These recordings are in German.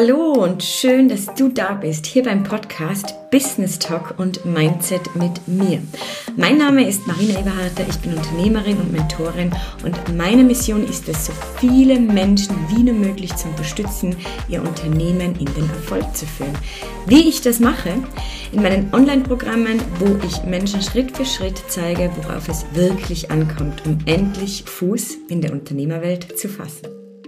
Hallo und schön, dass du da bist, hier beim Podcast Business Talk und Mindset mit mir. Mein Name ist Marina Eberharter, ich bin Unternehmerin und Mentorin und meine Mission ist es, so viele Menschen wie nur möglich zu unterstützen, ihr Unternehmen in den Erfolg zu führen. Wie ich das mache? In meinen Online-Programmen, wo ich Menschen Schritt für Schritt zeige, worauf es wirklich ankommt, um endlich Fuß in der Unternehmerwelt zu fassen.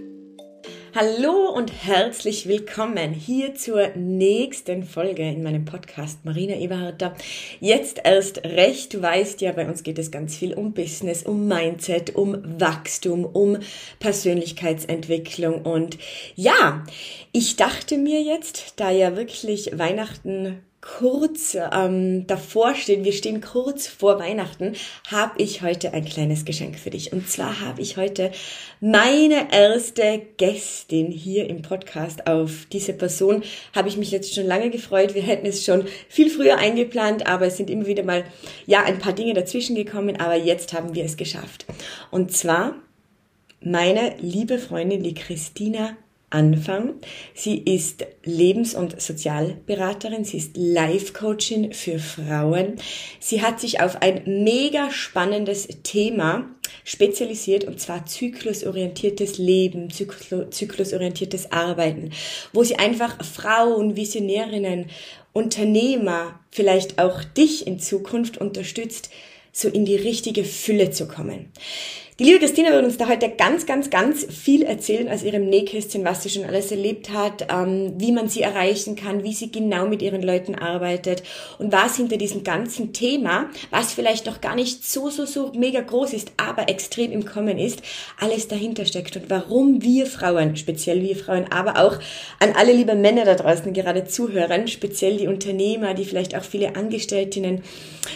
Hallo und herzlich willkommen hier zur nächsten Folge in meinem Podcast Marina Eberharter. Jetzt erst recht, du weißt ja, bei uns geht es ganz viel um Business, um Mindset, um Wachstum, um Persönlichkeitsentwicklung und ja, ich dachte mir jetzt, da ja wirklich Weihnachten kurz davor stehen, wir stehen kurz vor Weihnachten, habe ich heute ein kleines Geschenk für dich. Und zwar habe ich heute meine erste Gästin hier im Podcast. Auf diese Person habe ich mich jetzt schon lange gefreut. Wir hätten es schon viel früher eingeplant, aber es sind immer wieder mal ein paar Dinge dazwischen gekommen, aber jetzt haben wir es geschafft. Und zwar meine liebe Freundin, die Christina Anfang. Sie ist Lebens- und Sozialberaterin, sie ist Life-Coachin für Frauen. Sie hat sich auf ein mega spannendes Thema spezialisiert, und zwar zyklusorientiertes Leben, zyklusorientiertes Arbeiten, wo sie einfach Frauen, Visionärinnen, Unternehmer, vielleicht auch dich in Zukunft unterstützt, so in die richtige Fülle zu kommen. Die liebe Christina wird uns da heute ganz viel erzählen aus ihrem Nähkästchen, was sie schon alles erlebt hat, wie man sie erreichen kann, wie sie genau mit ihren Leuten arbeitet und was hinter diesem ganzen Thema, was vielleicht noch gar nicht so mega groß ist, aber extrem im Kommen ist, alles dahinter steckt und warum wir Frauen, speziell wir Frauen, aber auch an alle liebe Männer da draußen, die gerade zuhören, speziell die Unternehmer, die vielleicht auch viele Angestelltinnen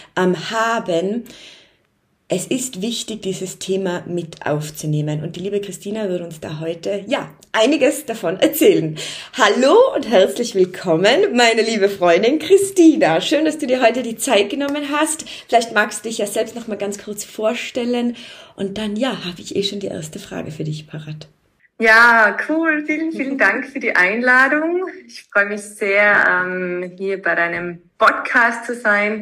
haben. Es ist wichtig, dieses Thema mit aufzunehmen und die liebe Christina wird uns da heute, einiges davon erzählen. Hallo und herzlich willkommen, meine liebe Freundin Christina. Schön, dass du dir heute die Zeit genommen hast. Vielleicht magst du dich ja selbst noch mal ganz kurz vorstellen und dann, habe ich schon die erste Frage für dich parat. Ja, cool. Vielen Dank für die Einladung. Ich freue mich sehr, hier bei deinem Podcast zu sein.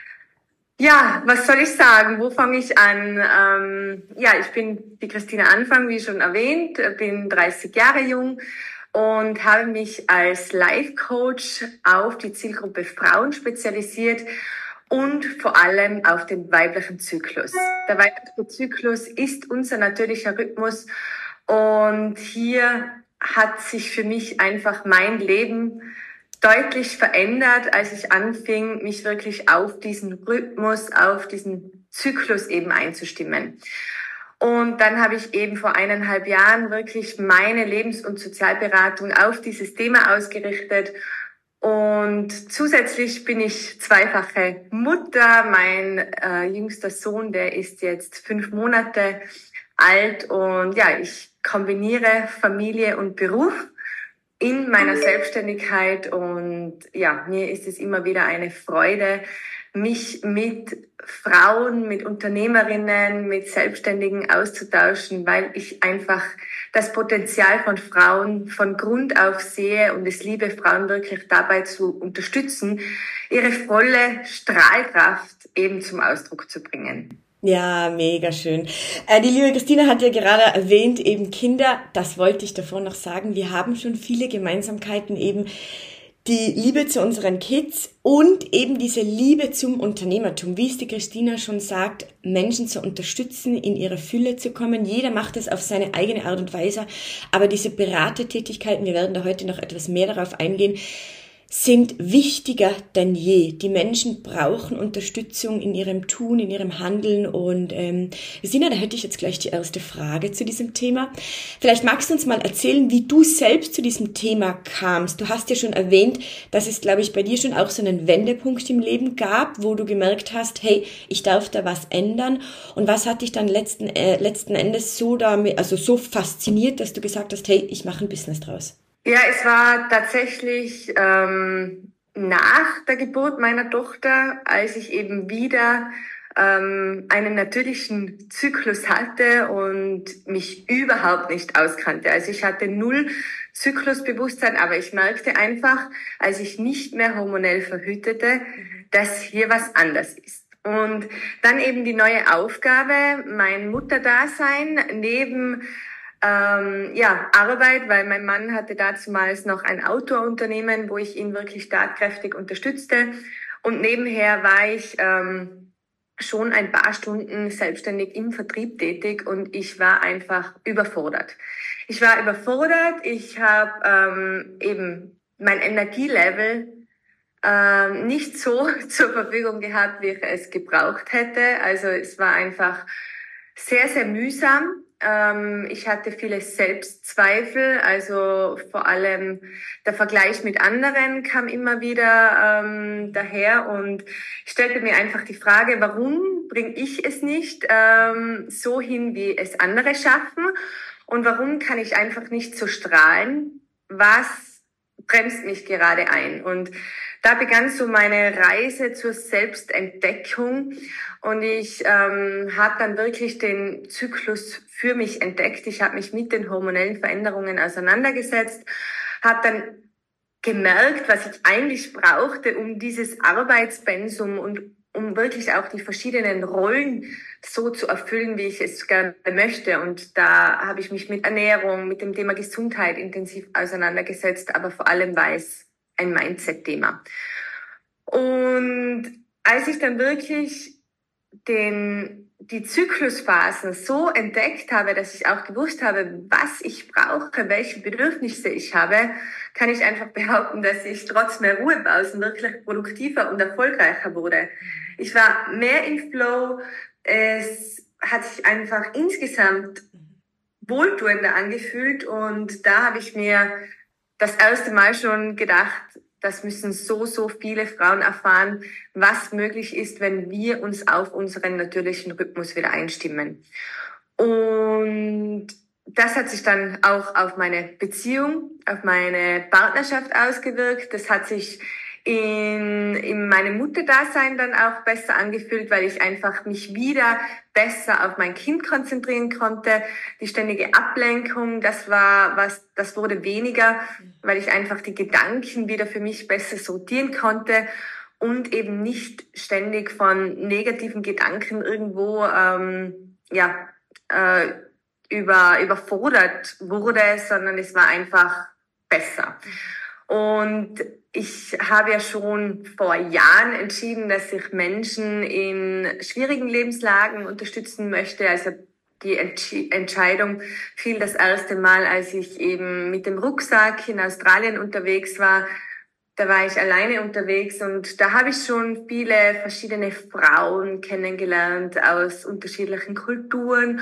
Ja, was soll ich sagen? Wo fange ich an? Ich bin die Christina Anfang, wie schon erwähnt, bin 30 Jahre jung und habe mich als Life-Coach auf die Zielgruppe Frauen spezialisiert und vor allem auf den weiblichen Zyklus. Der weibliche Zyklus ist unser natürlicher Rhythmus und hier hat sich für mich einfach mein Leben deutlich verändert, als ich anfing, mich wirklich auf diesen Rhythmus, auf diesen Zyklus eben einzustimmen. Und dann habe ich eben vor 1,5 Jahren wirklich meine Lebens- und Sozialberatung auf dieses Thema ausgerichtet. Und zusätzlich bin ich zweifache Mutter. Mein jüngster Sohn, der ist jetzt 5 Monate alt. Und ich kombiniere Familie und Beruf in meiner Selbstständigkeit und mir ist es immer wieder eine Freude, mich mit Frauen, mit Unternehmerinnen, mit Selbstständigen auszutauschen, weil ich einfach das Potenzial von Frauen von Grund auf sehe und es liebe, Frauen wirklich dabei zu unterstützen, ihre volle Strahlkraft eben zum Ausdruck zu bringen. Ja, mega schön. Die liebe Christina hat ja gerade erwähnt, eben Kinder, das wollte ich davor noch sagen, wir haben schon viele Gemeinsamkeiten, eben die Liebe zu unseren Kids und eben diese Liebe zum Unternehmertum, wie es die Christina schon sagt, Menschen zu unterstützen, in ihre Fülle zu kommen. Jeder macht es auf seine eigene Art und Weise, aber diese Beratertätigkeiten, wir werden da heute noch etwas mehr darauf eingehen, sind wichtiger denn je. Die Menschen brauchen Unterstützung in ihrem Tun, in ihrem Handeln und Sina, da hätte ich jetzt gleich die erste Frage zu diesem Thema. Vielleicht magst du uns mal erzählen, wie du selbst zu diesem Thema kamst. Du hast ja schon erwähnt, dass es, glaube ich, bei dir schon auch so einen Wendepunkt im Leben gab, wo du gemerkt hast, hey, ich darf da was ändern. Und was hat dich dann letzten Endes so fasziniert, dass du gesagt hast, hey, ich mache ein Business draus? Ja, es war tatsächlich nach der Geburt meiner Tochter, als ich eben wieder einen natürlichen Zyklus hatte und mich überhaupt nicht auskannte. Also ich hatte null Zyklusbewusstsein, aber ich merkte einfach, als ich nicht mehr hormonell verhütete, dass hier was anders ist. Und dann eben die neue Aufgabe, mein Mutterdasein neben Arbeit, weil mein Mann hatte dazumals noch ein Outdoor-Unternehmen, wo ich ihn wirklich tatkräftig unterstützte. Und nebenher war ich schon ein paar Stunden selbstständig im Vertrieb tätig und ich war einfach überfordert. Ich habe eben mein Energielevel nicht so zur Verfügung gehabt, wie ich es gebraucht hätte. Also es war einfach sehr, sehr mühsam. Ich hatte viele Selbstzweifel, also vor allem der Vergleich mit anderen kam immer wieder daher und ich stellte mir einfach die Frage, warum bringe ich es nicht so hin, wie es andere schaffen und warum kann ich einfach nicht so strahlen? Was bremst mich gerade ein? Und da begann so meine Reise zur Selbstentdeckung und ich habe dann wirklich den Zyklus für mich entdeckt. Ich habe mich mit den hormonellen Veränderungen auseinandergesetzt, habe dann gemerkt, was ich eigentlich brauchte, um dieses Arbeitspensum und um wirklich auch die verschiedenen Rollen so zu erfüllen, wie ich es gerne möchte. Und da habe ich mich mit Ernährung, mit dem Thema Gesundheit intensiv auseinandergesetzt, aber vor allem war es ein Mindset-Thema. Und als ich dann wirklich die Zyklusphasen so entdeckt habe, dass ich auch gewusst habe, was ich brauche, welche Bedürfnisse ich habe, kann ich einfach behaupten, dass ich trotz mehr Ruhepausen wirklich produktiver und erfolgreicher wurde. Ich war mehr im Flow, es hat sich einfach insgesamt wohltuender angefühlt und da habe ich mir das erste Mal schon gedacht, das müssen so viele Frauen erfahren, was möglich ist, wenn wir uns auf unseren natürlichen Rhythmus wieder einstimmen. Und das hat sich dann auch auf meine Beziehung, auf meine Partnerschaft ausgewirkt. Das hat sich in meinem Mutterdasein dann auch besser angefühlt, weil ich einfach mich wieder besser auf mein Kind konzentrieren konnte. Die ständige Ablenkung, das wurde weniger, weil ich einfach die Gedanken wieder für mich besser sortieren konnte und eben nicht ständig von negativen Gedanken irgendwo überfordert wurde, sondern es war einfach besser. Und ich habe ja schon vor Jahren entschieden, dass ich Menschen in schwierigen Lebenslagen unterstützen möchte. Also die Entscheidung fiel das erste Mal, als ich eben mit dem Rucksack in Australien unterwegs war. Da war ich alleine unterwegs und da habe ich schon viele verschiedene Frauen kennengelernt aus unterschiedlichen Kulturen,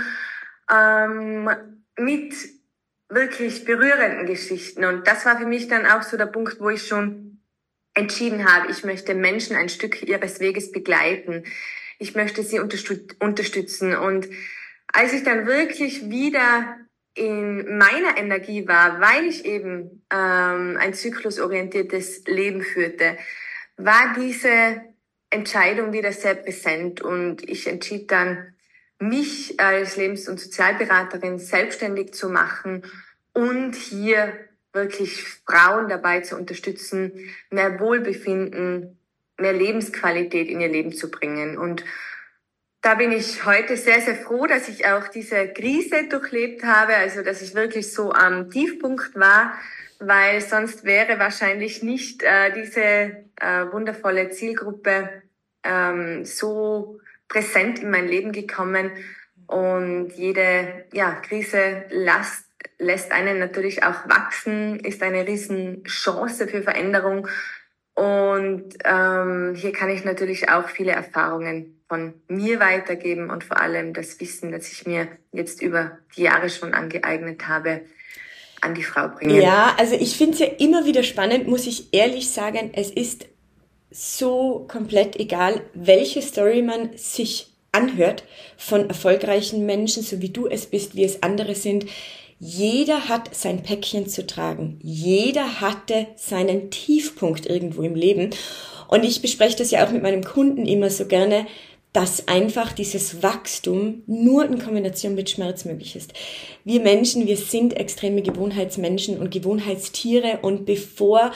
mit wirklich berührenden Geschichten. Und das war für mich dann auch so der Punkt, wo ich schon entschieden habe, ich möchte Menschen ein Stück ihres Weges begleiten. Ich möchte sie unterstützen. Und als ich dann wirklich wieder in meiner Energie war, weil ich eben ein zyklusorientiertes Leben führte, war diese Entscheidung wieder sehr präsent. Und ich entschied dann, mich als Lebens- und Sozialberaterin selbstständig zu machen und hier wirklich Frauen dabei zu unterstützen, mehr Wohlbefinden, mehr Lebensqualität in ihr Leben zu bringen. Und da bin ich heute sehr, sehr froh, dass ich auch diese Krise durchlebt habe, also dass ich wirklich so am Tiefpunkt war, weil sonst wäre wahrscheinlich nicht diese wundervolle Zielgruppe so präsent in mein Leben gekommen und jede Krise lässt einen natürlich auch wachsen, ist eine riesen Chance für Veränderung und hier kann ich natürlich auch viele Erfahrungen von mir weitergeben und vor allem das Wissen, das ich mir jetzt über die Jahre schon angeeignet habe, an die Frau bringen. Ja, also ich finde es ja immer wieder spannend, muss ich ehrlich sagen, es ist so komplett egal, welche Story man sich anhört von erfolgreichen Menschen, so wie du es bist, wie es andere sind. Jeder hat sein Päckchen zu tragen. Jeder hatte seinen Tiefpunkt irgendwo im Leben. Und ich bespreche das ja auch mit meinem Kunden immer so gerne. dass einfach dieses Wachstum nur in Kombination mit Schmerz möglich ist. Wir Menschen, wir sind extreme Gewohnheitsmenschen und Gewohnheitstiere und bevor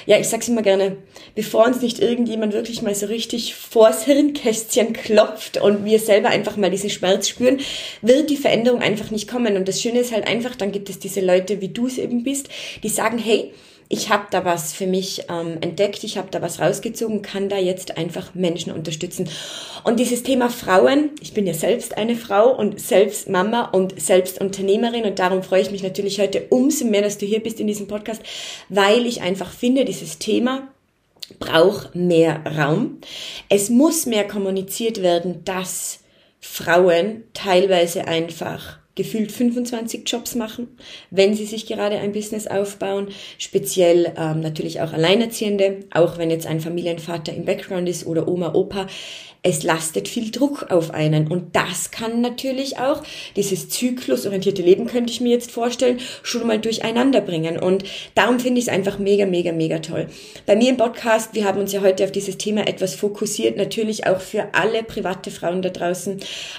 uns nicht irgendjemand wirklich mal so richtig vors Hirnkästchen klopft und wir selber einfach mal diesen Schmerz spüren, wird die Veränderung einfach nicht kommen. Und das Schöne ist halt einfach, dann gibt es diese Leute, wie du es eben bist, die sagen, hey, ich habe da was für mich entdeckt, ich habe da was rausgezogen, kann da jetzt einfach Menschen unterstützen. Und dieses Thema Frauen, ich bin ja selbst eine Frau und selbst Mama und selbst Unternehmerin und darum freue ich mich natürlich heute umso mehr, dass du hier bist in diesem Podcast, weil ich einfach finde, dieses Thema braucht mehr Raum. Es muss mehr kommuniziert werden, dass Frauen teilweise einfach gefühlt 25 Jobs machen, wenn sie sich gerade ein Business aufbauen, speziell natürlich auch Alleinerziehende, auch wenn jetzt ein Familienvater im Background ist oder Oma, Opa. Es lastet viel Druck auf einen und das kann natürlich auch dieses zyklusorientierte Leben, könnte ich mir jetzt vorstellen, schon mal durcheinander bringen und darum finde ich es einfach mega, mega, mega toll. Bei mir im Podcast, wir haben uns ja heute auf dieses Thema etwas fokussiert, natürlich auch für alle private Frauen da draußen.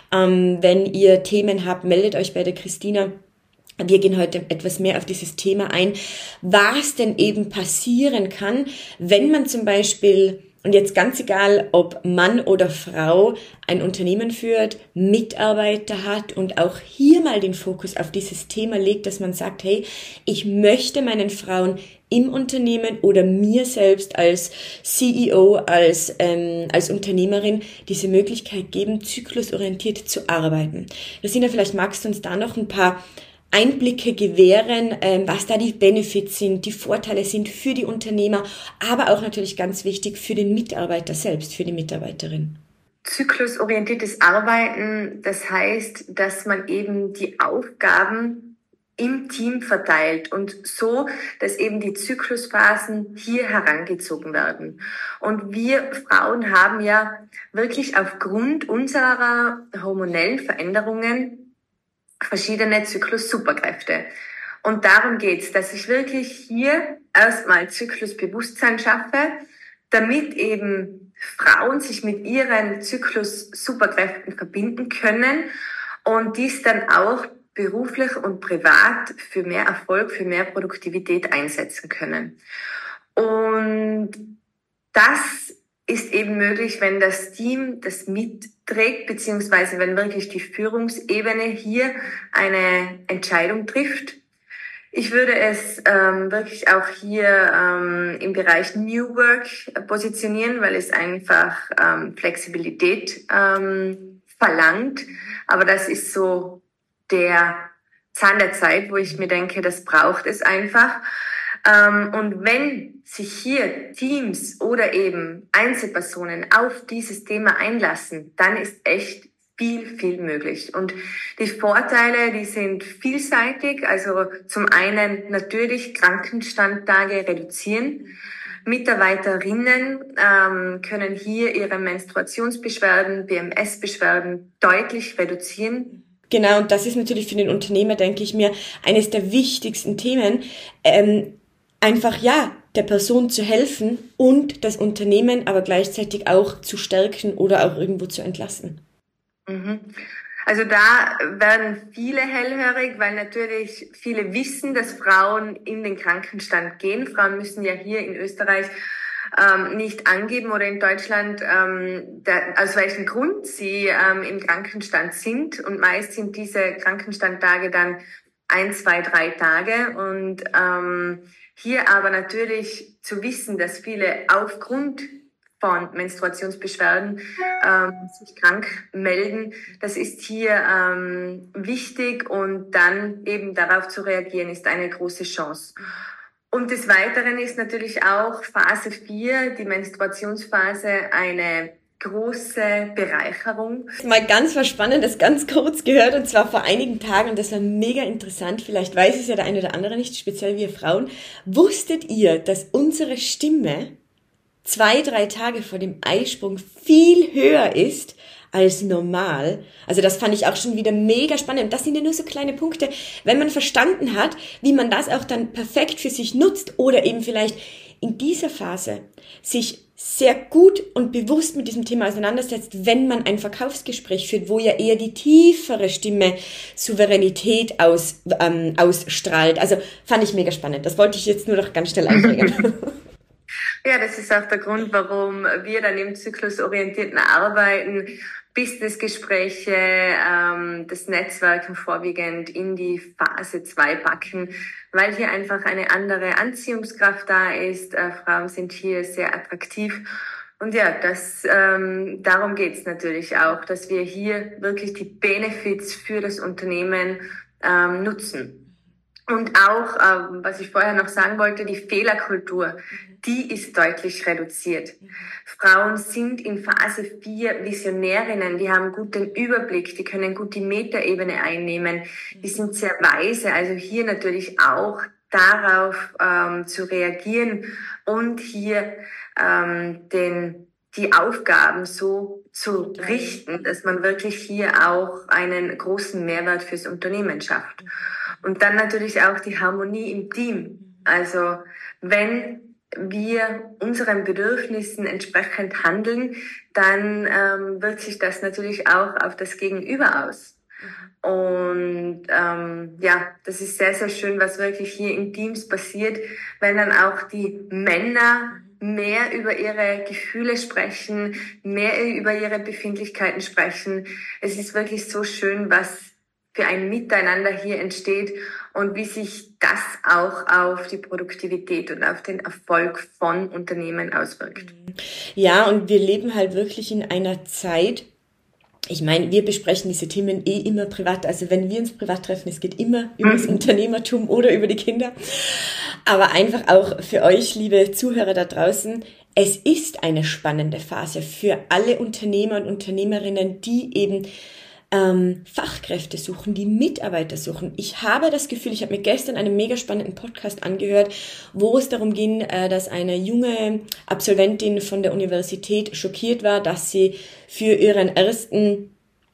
Wenn ihr Themen habt, meldet euch bei der Christina. Wir gehen heute etwas mehr auf dieses Thema ein, was denn eben passieren kann, wenn man zum Beispiel, und jetzt ganz egal, ob Mann oder Frau ein Unternehmen führt, Mitarbeiter hat und auch hier mal den Fokus auf dieses Thema legt, dass man sagt, hey, ich möchte meinen Frauen im Unternehmen oder mir selbst als CEO, als Unternehmerin diese Möglichkeit geben, zyklusorientiert zu arbeiten. Christina, vielleicht magst du uns da noch ein paar Einblicke gewähren, was da die Benefits sind, die Vorteile sind für die Unternehmer, aber auch natürlich ganz wichtig für den Mitarbeiter selbst, für die Mitarbeiterin. Zyklusorientiertes Arbeiten, das heißt, dass man eben die Aufgaben im Team verteilt und so, dass eben die Zyklusphasen hier herangezogen werden. Und wir Frauen haben ja wirklich aufgrund unserer hormonellen Veränderungen verschiedene Zyklus-Superkräfte. Und darum geht's, dass ich wirklich hier erstmal Zyklusbewusstsein schaffe, damit eben Frauen sich mit ihren Zyklus-Superkräften verbinden können und dies dann auch beruflich und privat für mehr Erfolg, für mehr Produktivität einsetzen können. Und das ist eben möglich, wenn das Team das mitträgt, beziehungsweise wenn wirklich die Führungsebene hier eine Entscheidung trifft. Ich würde es wirklich auch hier im Bereich New Work positionieren, weil es einfach Flexibilität verlangt. Aber das ist so der Zahn der Zeit, wo ich mir denke, das braucht es einfach. Und wenn sich hier Teams oder eben Einzelpersonen auf dieses Thema einlassen, dann ist echt viel, viel möglich. Und die Vorteile, die sind vielseitig. Also zum einen natürlich Krankenstandtage reduzieren. Mitarbeiterinnen können hier ihre Menstruationsbeschwerden, PMS-Beschwerden deutlich reduzieren. Genau, und das ist natürlich für den Unternehmer, denke ich mir, eines der wichtigsten Themen, einfach der Person zu helfen und das Unternehmen aber gleichzeitig auch zu stärken oder auch irgendwo zu entlasten. Also da werden viele hellhörig, weil natürlich viele wissen, dass Frauen in den Krankenstand gehen. Frauen müssen ja hier in Österreich nicht angeben oder in Deutschland, aus welchem Grund sie im Krankenstand sind. Und meist sind diese Krankenstandtage dann 1, 2, 3 Tage. Und hier aber natürlich zu wissen, dass viele aufgrund von Menstruationsbeschwerden sich krank melden, das ist hier wichtig und dann eben darauf zu reagieren, ist eine große Chance. Und des Weiteren ist natürlich auch Phase 4, die Menstruationsphase, eine große Bereicherung. Mal ganz was Spannendes, ganz kurz gehört, und zwar vor einigen Tagen, und das war mega interessant, vielleicht weiß es ja der eine oder andere nicht, speziell wir Frauen. Wusstet ihr, dass unsere Stimme 2, 3 Tage vor dem Eisprung viel höher ist als normal? Also das fand ich auch schon wieder mega spannend. Das sind ja nur so kleine Punkte. Wenn man verstanden hat, wie man das auch dann perfekt für sich nutzt oder eben vielleicht in dieser Phase sich sehr gut und bewusst mit diesem Thema auseinandersetzt, wenn man ein Verkaufsgespräch führt, wo ja eher die tiefere Stimme Souveränität ausstrahlt. Also fand ich mega spannend. Das wollte ich jetzt nur noch ganz schnell einbringen. Ja, das ist auch der Grund, warum wir dann im zyklusorientierten Arbeiten Businessgespräche, das Netzwerken vorwiegend in die Phase 2 packen, weil hier einfach eine andere Anziehungskraft da ist. Frauen sind hier sehr attraktiv. Und ja, darum geht's natürlich auch, dass wir hier wirklich die Benefits für das Unternehmen nutzen. Und auch, was ich vorher noch sagen wollte, die Fehlerkultur, die ist deutlich reduziert. Frauen sind in Phase 4 Visionärinnen, die haben gut den Überblick, die können gut die Metaebene einnehmen, die sind sehr weise, also hier natürlich auch darauf zu reagieren und hier die Aufgaben so zu richten, dass man wirklich hier auch einen großen Mehrwert fürs Unternehmen schafft. Und dann natürlich auch die Harmonie im Team. Also wenn wir unseren Bedürfnissen entsprechend handeln, dann wirkt sich das natürlich auch auf das Gegenüber aus. Und das ist sehr, sehr schön, was wirklich hier in Teams passiert, wenn dann auch die Männer mehr über ihre Gefühle sprechen, mehr über ihre Befindlichkeiten sprechen. Es ist wirklich so schön, was für ein Miteinander hier entsteht und wie sich das auch auf die Produktivität und auf den Erfolg von Unternehmen auswirkt. Ja, und wir leben halt wirklich in einer Zeit, ich meine, wir besprechen diese Themen immer privat. Also wenn wir uns privat treffen, es geht immer über das Unternehmertum oder über die Kinder. Aber einfach auch für euch, liebe Zuhörer da draußen, es ist eine spannende Phase für alle Unternehmer und Unternehmerinnen, die eben Fachkräfte suchen, die Mitarbeiter suchen. Ich habe das Gefühl, ich habe mir gestern einen mega spannenden Podcast angehört, wo es darum ging, dass eine junge Absolventin von der Universität schockiert war, dass sie für ihren ersten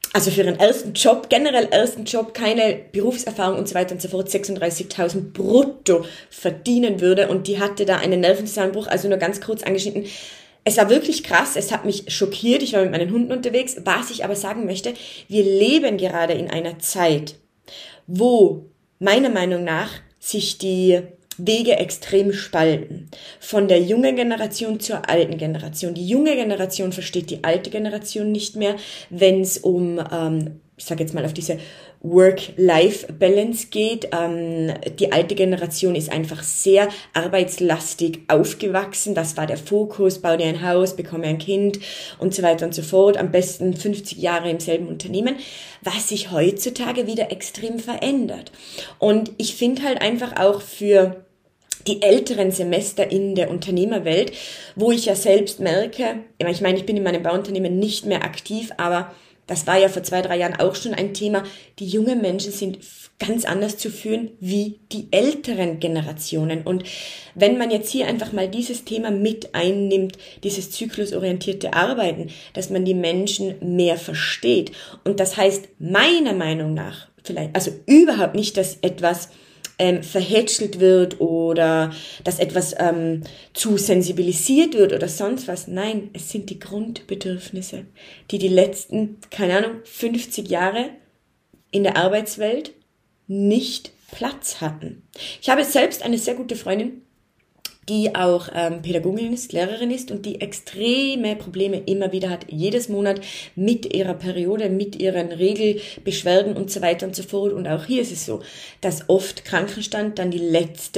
Job, generell ersten Job, keine Berufserfahrung und so weiter und so fort, 36.000 brutto verdienen würde. Und die hatte da einen Nervenzusammenbruch, also nur ganz kurz angeschnitten. Es war wirklich krass, es hat mich schockiert, ich war mit meinen Hunden unterwegs. Was ich aber sagen möchte, wir leben gerade in einer Zeit, wo meiner Meinung nach sich die Wege extrem spalten. Von der jungen Generation zur alten Generation. Die junge Generation versteht die alte Generation nicht mehr, wenn es um, ich sage jetzt mal, auf diese Work-Life-Balance geht. Die alte Generation ist einfach sehr arbeitslastig aufgewachsen. Das war der Fokus. Bau dir ein Haus, bekomme ein Kind und so weiter und so fort. Am besten 50 Jahre im selben Unternehmen, was sich heutzutage wieder extrem verändert. Und ich finde halt einfach auch für die älteren Semester in der Unternehmerwelt, wo ich ja selbst merke, ich meine, ich bin in meinem Bauunternehmen nicht mehr aktiv, aber das war ja vor 2-3 Jahren auch schon ein Thema. Die jungen Menschen sind ganz anders zu führen wie die älteren Generationen. Und wenn man jetzt hier einfach mal dieses Thema mit einnimmt, dieses zyklusorientierte Arbeiten, dass man die Menschen mehr versteht. Und das heißt meiner Meinung nach vielleicht, also überhaupt nicht, dass etwas verhätschelt wird oder dass etwas zu sensibilisiert wird oder sonst was. Nein, es sind die Grundbedürfnisse, die letzten, 50 Jahre in der Arbeitswelt nicht Platz hatten. Ich habe selbst eine sehr gute Freundin, die auch Pädagogin ist, Lehrerin ist und die extreme Probleme immer wieder hat, jedes Monat mit ihrer Periode, mit ihren Regelbeschwerden und so weiter und so fort. Und auch hier ist es so, dass oft Krankenstand dann der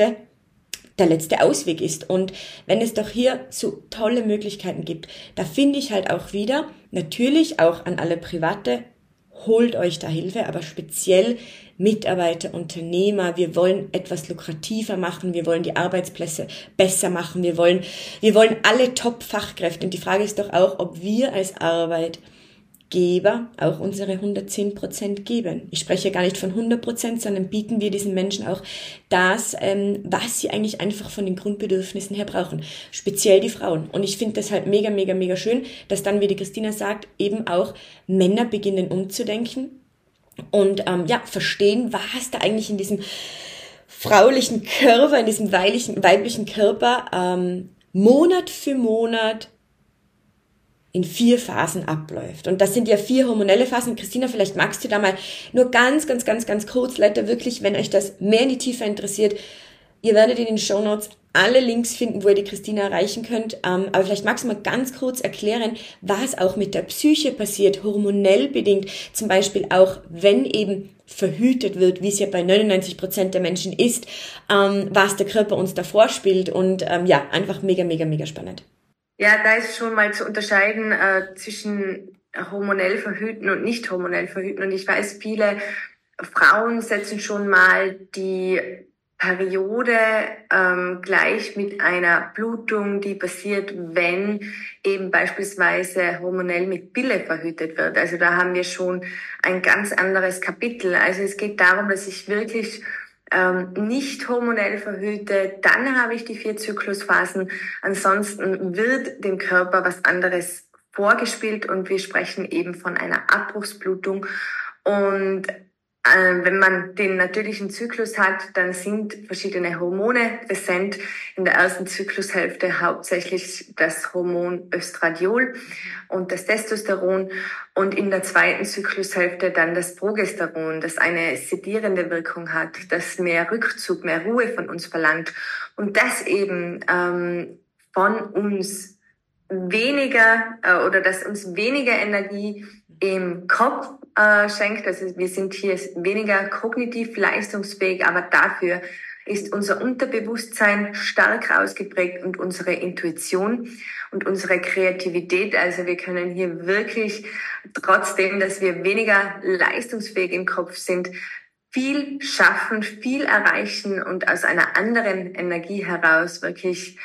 letzte Ausweg ist. Und wenn es doch hier so tolle Möglichkeiten gibt, da finde ich halt auch wieder, natürlich auch an alle Private, holt euch da Hilfe, aber speziell Mitarbeiter, Unternehmer, wir wollen etwas lukrativer machen, wir wollen die Arbeitsplätze besser machen, wir wollen alle Top-Fachkräfte. Und die Frage ist doch auch, ob wir als Arbeitgeber auch unsere 110% geben. Ich spreche gar nicht von 100%, sondern bieten wir diesen Menschen auch das, was sie eigentlich einfach von den Grundbedürfnissen her brauchen. Speziell die Frauen. Und ich finde das halt mega, mega, mega schön, dass dann, wie die Christina sagt, eben auch Männer beginnen umzudenken und verstehen, was da eigentlich in diesem fraulichen Körper, in diesem weiblichen Körper Monat für Monat in 4 Phasen abläuft. Und das sind ja 4 hormonelle Phasen. Christina, vielleicht magst du da mal nur ganz kurz, Leute, wirklich, wenn euch das mehr in die Tiefe interessiert, ihr werdet in den Shownotes alle Links finden, wo ihr die Christina erreichen könnt. Aber vielleicht magst du mal ganz kurz erklären, was auch mit der Psyche passiert, hormonell bedingt. Zum Beispiel auch, wenn eben verhütet wird, wie es ja bei 99% der Menschen ist, was der Körper uns da vorspielt. Und einfach mega spannend. Ja, da ist schon mal zu unterscheiden zwischen hormonell verhüten und nicht hormonell verhüten. Und ich weiß, viele Frauen setzen schon mal die Periode gleich mit einer Blutung, die passiert, wenn eben beispielsweise hormonell mit Pille verhütet wird. Also da haben wir schon ein ganz anderes Kapitel. Also es geht darum, dass ich wirklich nicht hormonell verhüte, dann habe ich die 4 Zyklusphasen. Ansonsten wird dem Körper was anderes vorgespielt und wir sprechen eben von einer Abbruchsblutung. Und wenn man den natürlichen Zyklus hat, dann sind verschiedene Hormone präsent. In der ersten Zyklushälfte hauptsächlich das Hormon Östradiol und das Testosteron und in der zweiten Zyklushälfte dann das Progesteron, das eine sedierende Wirkung hat, das mehr Rückzug, mehr Ruhe von uns verlangt und das eben von uns weniger oder das uns weniger Energie im Kopf schenkt. Also wir sind hier weniger kognitiv leistungsfähig, aber dafür ist unser Unterbewusstsein stark ausgeprägt und unsere Intuition und unsere Kreativität. Also wir können hier wirklich, trotzdem, dass wir weniger leistungsfähig im Kopf sind, viel schaffen, viel erreichen und aus einer anderen Energie heraus wirklich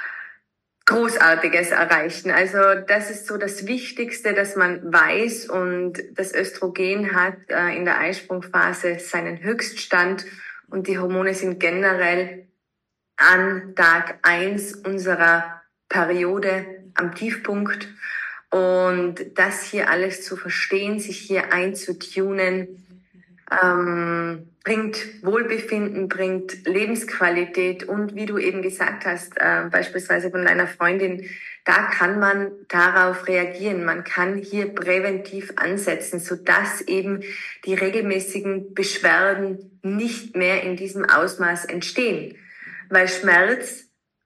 Großartiges erreichen. Also das ist so das Wichtigste, dass man weiß, und das Östrogen hat in der Eisprungphase seinen Höchststand und die Hormone sind generell an Tag 1 unserer Periode am Tiefpunkt. Und das hier alles zu verstehen, sich hier einzutunen, bringt Wohlbefinden, bringt Lebensqualität und wie du eben gesagt hast, beispielsweise von deiner Freundin, da kann man darauf reagieren. Man kann hier präventiv ansetzen, sodass eben die regelmäßigen Beschwerden nicht mehr in diesem Ausmaß entstehen. Weil Schmerz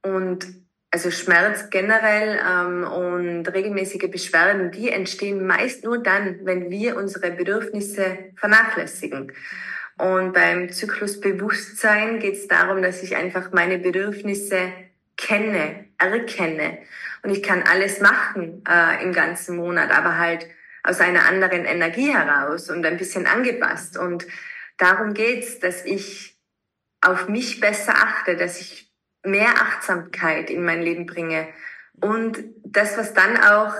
generell und regelmäßige Beschwerden, die entstehen meist nur dann, wenn wir unsere Bedürfnisse vernachlässigen. Und beim Zyklusbewusstsein geht es darum, dass ich einfach meine Bedürfnisse erkenne. Und ich kann alles machen im ganzen Monat, aber halt aus einer anderen Energie heraus und ein bisschen angepasst. Und darum geht's, dass ich auf mich besser achte, dass ich mehr Achtsamkeit in mein Leben bringe. Und das, was dann auch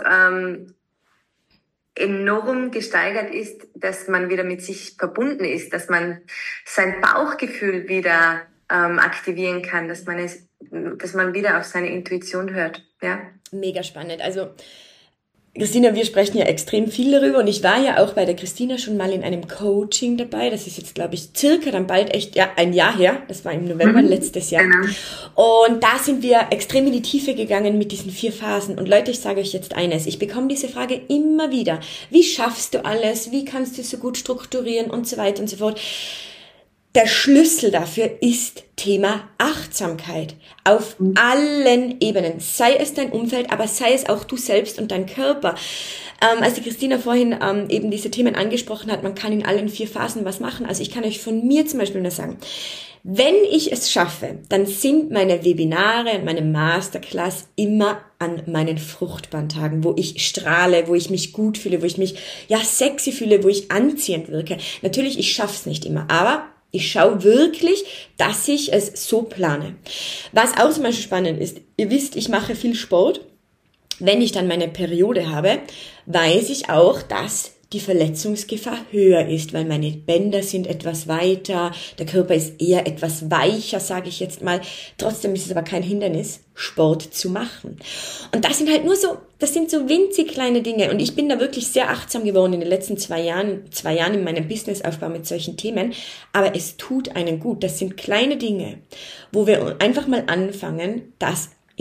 enorm gesteigert ist, dass man wieder mit sich verbunden ist, dass man sein Bauchgefühl wieder aktivieren kann, dass man wieder auf seine Intuition hört. Ja? Mega spannend. Also Christina, wir sprechen ja extrem viel darüber und ich war ja auch bei der Christina schon mal in einem Coaching dabei. Das ist jetzt, glaube ich, circa dann bald ein Jahr her. Das war im November letztes Jahr. Genau. Und da sind wir extrem in die Tiefe gegangen mit diesen 4 Phasen. Und Leute, ich sage euch jetzt eines. Ich bekomme diese Frage immer wieder. Wie schaffst du alles? Wie kannst du so gut strukturieren und so weiter und so fort? Der Schlüssel dafür ist Thema Achtsamkeit auf allen Ebenen. Sei es dein Umfeld, aber sei es auch du selbst und dein Körper. Als die Christina vorhin eben diese Themen angesprochen hat, man kann in allen 4 Phasen was machen. Also ich kann euch von mir zum Beispiel nur sagen, wenn ich es schaffe, dann sind meine Webinare und meine Masterclass immer an meinen Fruchtbarentagen, wo ich strahle, wo ich mich gut fühle, wo ich mich sexy fühle, wo ich anziehend wirke. Natürlich, ich schaff's nicht immer, aber ich schaue wirklich, dass ich es so plane. Was auch zum Beispiel spannend ist, ihr wisst, ich mache viel Sport. Wenn ich dann meine Periode habe, weiß ich auch, dass die Verletzungsgefahr höher ist, weil meine Bänder sind etwas weiter, der Körper ist eher etwas weicher, sage ich jetzt mal. Trotzdem ist es aber kein Hindernis, Sport zu machen. Und das sind halt das sind so winzig kleine Dinge. Und ich bin da wirklich sehr achtsam geworden in den letzten 2 Jahren in meinem Businessaufbau mit solchen Themen. Aber es tut einen gut. Das sind kleine Dinge, wo wir einfach mal anfangen, das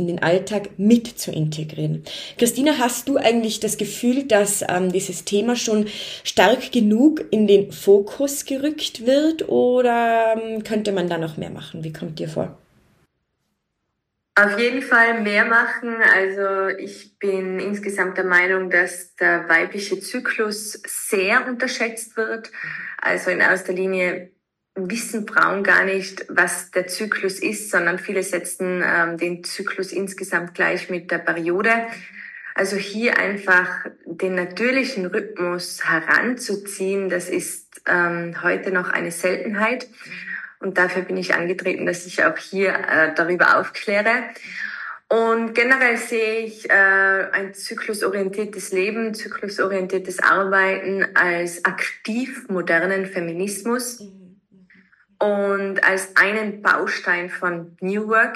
in den Alltag mit zu integrieren. Christina, hast du eigentlich das Gefühl, dass dieses Thema schon stark genug in den Fokus gerückt wird oder könnte man da noch mehr machen? Wie kommt dir vor? Auf jeden Fall mehr machen. Also ich bin insgesamt der Meinung, dass der weibliche Zyklus sehr unterschätzt wird. Also in erster Linie wissen Frauen gar nicht, was der Zyklus ist, sondern viele setzen den Zyklus insgesamt gleich mit der Periode. Also hier einfach den natürlichen Rhythmus heranzuziehen, das ist heute noch eine Seltenheit. Und dafür bin ich angetreten, dass ich auch hier darüber aufkläre. Und generell sehe ich ein zyklusorientiertes Leben, zyklusorientiertes Arbeiten als aktiv modernen Feminismus und als einen Baustein von New Work.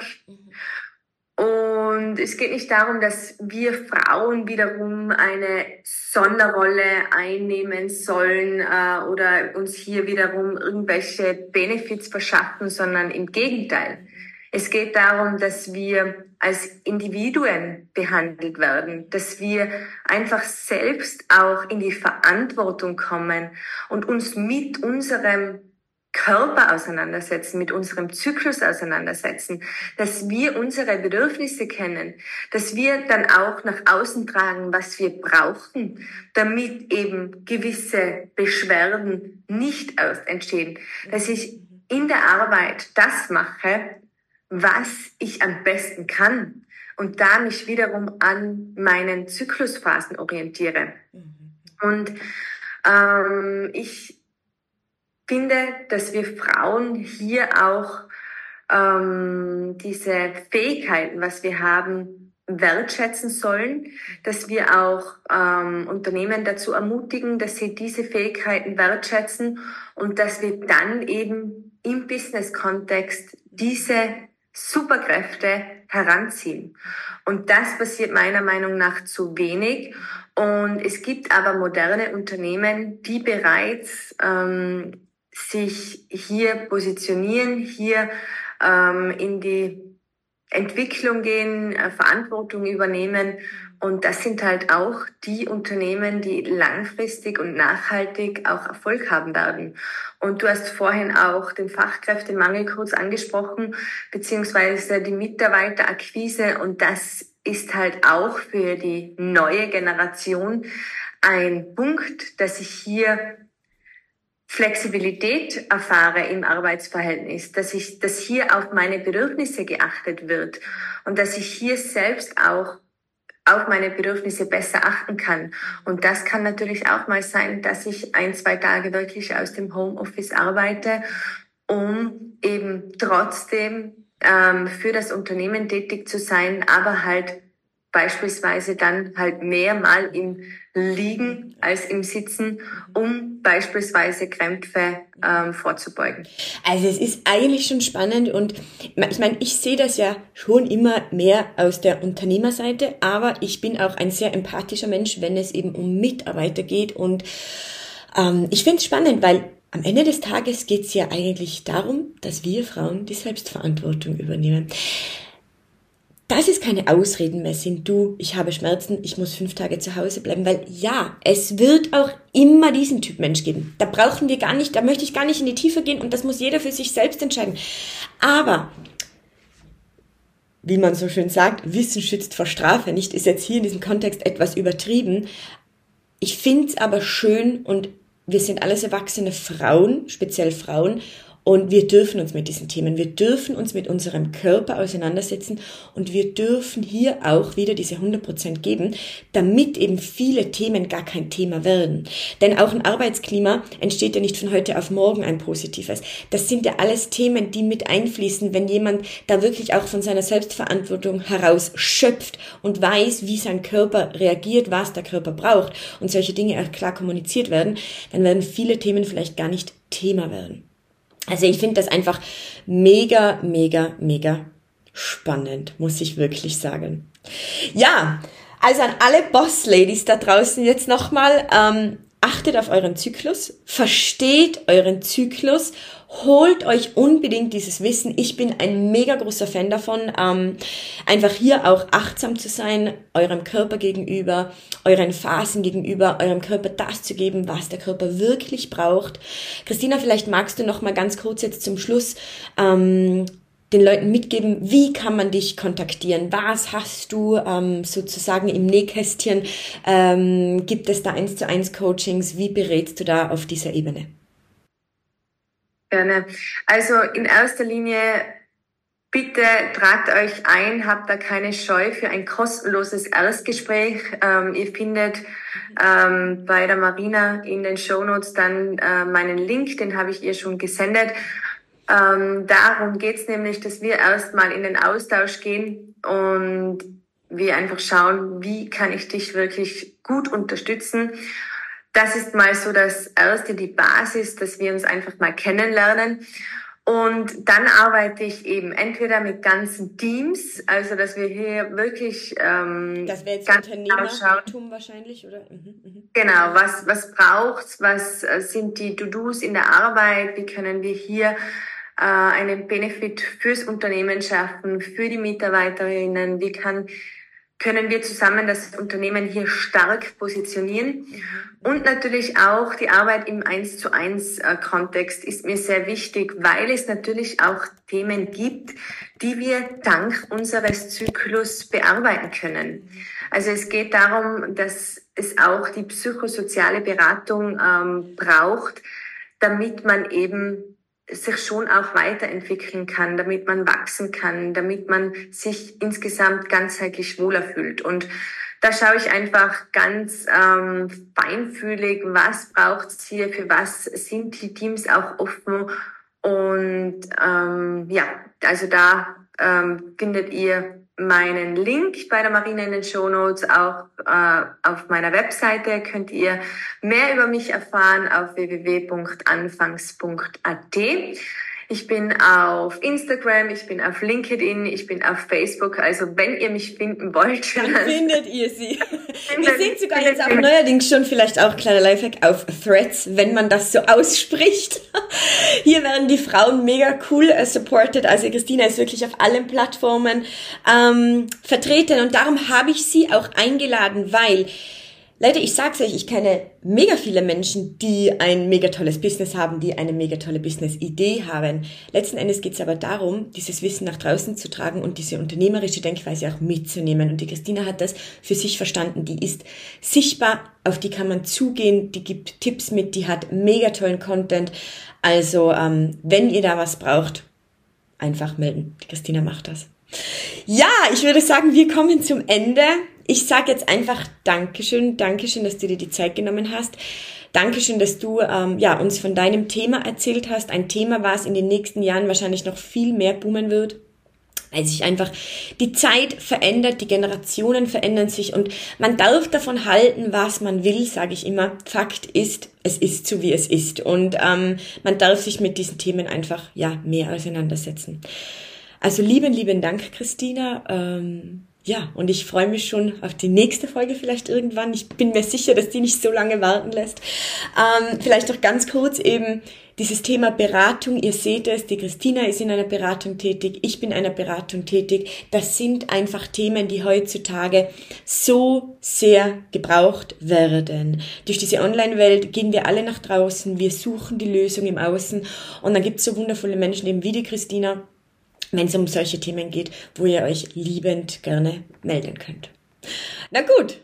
Und es geht nicht darum, dass wir Frauen wiederum eine Sonderrolle einnehmen sollen oder uns hier wiederum irgendwelche Benefits verschaffen, sondern im Gegenteil. Es geht darum, dass wir als Individuen behandelt werden, dass wir einfach selbst auch in die Verantwortung kommen und uns mit unserem Körper auseinandersetzen, mit unserem Zyklus auseinandersetzen, dass wir unsere Bedürfnisse kennen, dass wir dann auch nach außen tragen, was wir brauchen, damit eben gewisse Beschwerden nicht erst entstehen, dass ich in der Arbeit das mache, was ich am besten kann und da mich wiederum an meinen Zyklusphasen orientiere. Und ich finde, dass wir Frauen hier auch diese Fähigkeiten, was wir haben, wertschätzen sollen, dass wir auch Unternehmen dazu ermutigen, dass sie diese Fähigkeiten wertschätzen und dass wir dann eben im Business-Kontext diese Superkräfte heranziehen. Und das passiert meiner Meinung nach zu wenig. Und es gibt aber moderne Unternehmen, die bereits sich hier positionieren, hier in die Entwicklung gehen, Verantwortung übernehmen. Und das sind halt auch die Unternehmen, die langfristig und nachhaltig auch Erfolg haben werden. Und du hast vorhin auch den Fachkräftemangel kurz angesprochen, beziehungsweise die Mitarbeiterakquise. Und das ist halt auch für die neue Generation ein Punkt, dass ich hier Flexibilität erfahre im Arbeitsverhältnis, dass hier auf meine Bedürfnisse geachtet wird und dass ich hier selbst auch auf meine Bedürfnisse besser achten kann. Und das kann natürlich auch mal sein, dass ich 1-2 Tage wirklich aus dem Homeoffice arbeite, um eben trotzdem für das Unternehmen tätig zu sein, aber halt beispielsweise dann halt mehr mal im Liegen als im Sitzen, um beispielsweise Krämpfe vorzubeugen. Also es ist eigentlich schon spannend und ich meine, ich sehe das ja schon immer mehr aus der Unternehmerseite, aber ich bin auch ein sehr empathischer Mensch, wenn es eben um Mitarbeiter geht und ich finde es spannend, weil am Ende des Tages geht es ja eigentlich darum, dass wir Frauen die Selbstverantwortung übernehmen. Dass es keine Ausreden mehr sind, ich habe Schmerzen, ich muss 5 Tage zu Hause bleiben, weil ja, es wird auch immer diesen Typ Mensch geben. Da brauchen wir gar nicht, da möchte ich gar nicht in die Tiefe gehen und das muss jeder für sich selbst entscheiden. Aber, wie man so schön sagt, Wissen schützt vor Strafe, nicht? Ist jetzt hier in diesem Kontext etwas übertrieben. Ich finde es aber schön und wir sind alles erwachsene Frauen, speziell Frauen, und wir dürfen uns mit diesen Themen, wir dürfen uns mit unserem Körper auseinandersetzen und wir dürfen hier auch wieder diese 100% geben, damit eben viele Themen gar kein Thema werden. Denn auch ein Arbeitsklima entsteht ja nicht von heute auf morgen ein positives. Das sind ja alles Themen, die mit einfließen, wenn jemand da wirklich auch von seiner Selbstverantwortung heraus schöpft und weiß, wie sein Körper reagiert, was der Körper braucht und solche Dinge auch klar kommuniziert werden, dann werden viele Themen vielleicht gar nicht Thema werden. Also ich finde das einfach mega, mega, mega spannend, muss ich wirklich sagen. Ja, also an alle Boss-Ladies da draußen jetzt nochmal, achtet auf euren Zyklus, versteht euren Zyklus, holt euch unbedingt dieses Wissen. Ich bin ein mega großer Fan davon, einfach hier auch achtsam zu sein, eurem Körper gegenüber, euren Phasen gegenüber, eurem Körper das zu geben, was der Körper wirklich braucht. Christina, vielleicht magst du noch mal ganz kurz jetzt zum Schluss den Leuten mitgeben, wie kann man dich kontaktieren? Was hast du sozusagen im Nähkästchen? Gibt es da 1:1 Coachings? Wie berätst du da auf dieser Ebene? Gerne. Also in erster Linie, bitte tragt euch ein, habt da keine Scheu für ein kostenloses Erstgespräch. Ihr findet bei der Marina in den Shownotes dann meinen Link, den habe ich ihr schon gesendet. Darum geht's nämlich, dass wir erstmal in den Austausch gehen und wir einfach schauen, wie kann ich dich wirklich gut unterstützen. Das ist mal so das Erste, die Basis, dass wir uns einfach mal kennenlernen. Und dann arbeite ich eben entweder mit ganzen Teams, also dass wir hier wirklich das wäre jetzt Unternehmertum wahrscheinlich, oder? Genau, was braucht's, was sind die To-Dos in der Arbeit, wie können wir hier einen Benefit fürs Unternehmen schaffen, für die Mitarbeiterinnen, wie können wir zusammen das Unternehmen hier stark positionieren. Und natürlich auch die Arbeit im 1:1 Kontext ist mir sehr wichtig, weil es natürlich auch Themen gibt, die wir dank unseres Zyklus bearbeiten können. Also es geht darum, dass es auch die psychosoziale Beratung braucht, damit man eben sich schon auch weiterentwickeln kann, damit man wachsen kann, damit man sich insgesamt ganzheitlich wohler fühlt. Und da schaue ich einfach ganz feinfühlig, was braucht's hier, für was sind die Teams auch offen. Und also da findet ihr meinen Link bei der Marina in den Shownotes, auch auf meiner Webseite könnt ihr mehr über mich erfahren auf www.anfangs.at. Ich bin auf Instagram, ich bin auf LinkedIn, ich bin auf Facebook. Also wenn ihr mich finden wollt, dann findet ihr sie. Wir sind sogar jetzt auch neuerdings schon, vielleicht auch kleiner Lifehack, auf Threads, wenn man das so ausspricht. Hier werden die Frauen mega cool supported. Also Christina ist wirklich auf allen Plattformen vertreten und darum habe ich sie auch eingeladen, weil Leute, ich sag's euch, ich kenne mega viele Menschen, die ein mega tolles Business haben, die eine mega tolle Business-Idee haben. Letzten Endes geht's aber darum, dieses Wissen nach draußen zu tragen und diese unternehmerische Denkweise auch mitzunehmen. Und die Christina hat das für sich verstanden. Die ist sichtbar, auf die kann man zugehen, die gibt Tipps mit, die hat mega tollen Content. Also, wenn ihr da was braucht, einfach melden. Die Christina macht das. Ja, ich würde sagen, wir kommen zum Ende. Ich sage jetzt einfach Dankeschön, dass du dir die Zeit genommen hast. Dankeschön, dass du uns von deinem Thema erzählt hast. Ein Thema, was in den nächsten Jahren wahrscheinlich noch viel mehr boomen wird, weil sich einfach die Zeit verändert, die Generationen verändern sich und man darf davon halten, was man will, sage ich immer. Fakt ist, es ist so, wie es ist und man darf sich mit diesen Themen einfach mehr auseinandersetzen. Also lieben Dank, Christina. Und ich freue mich schon auf die nächste Folge vielleicht irgendwann. Ich bin mir sicher, dass die nicht so lange warten lässt. Vielleicht noch ganz kurz eben dieses Thema Beratung. Ihr seht es, die Christina ist in einer Beratung tätig, ich bin in einer Beratung tätig. Das sind einfach Themen, die heutzutage so sehr gebraucht werden. Durch diese Online-Welt gehen wir alle nach draußen, wir suchen die Lösung im Außen und dann gibt es so wundervolle Menschen eben wie die Christina, wenn es um solche Themen geht, wo ihr euch liebend gerne melden könnt. Na gut.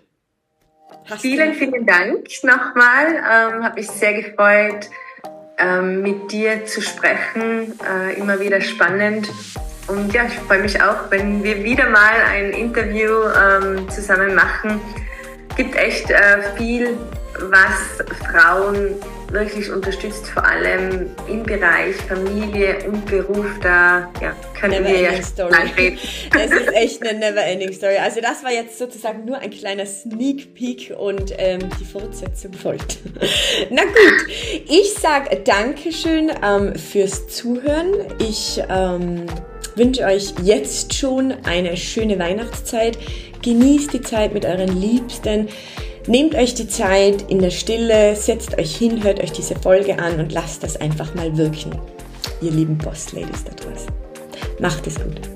Vielen Dank nochmal. Hat mich sehr gefreut, mit dir zu sprechen. Immer wieder spannend. Und ja, ich freue mich auch, wenn wir wieder mal ein Interview zusammen machen. Gibt echt viel, was Frauen wirklich unterstützt, vor allem im Bereich Familie und Beruf, da können wir lang reden. Es ist echt eine never-ending Story. Also das war jetzt sozusagen nur ein kleiner Sneak Peek und die Fortsetzung folgt. Na gut, ich sage Dankeschön fürs Zuhören. Ich wünsche euch jetzt schon eine schöne Weihnachtszeit. Genießt die Zeit mit euren Liebsten. Nehmt euch die Zeit in der Stille, setzt euch hin, hört euch diese Folge an und lasst das einfach mal wirken. Ihr lieben Boss-Ladies da draußen. Macht es gut.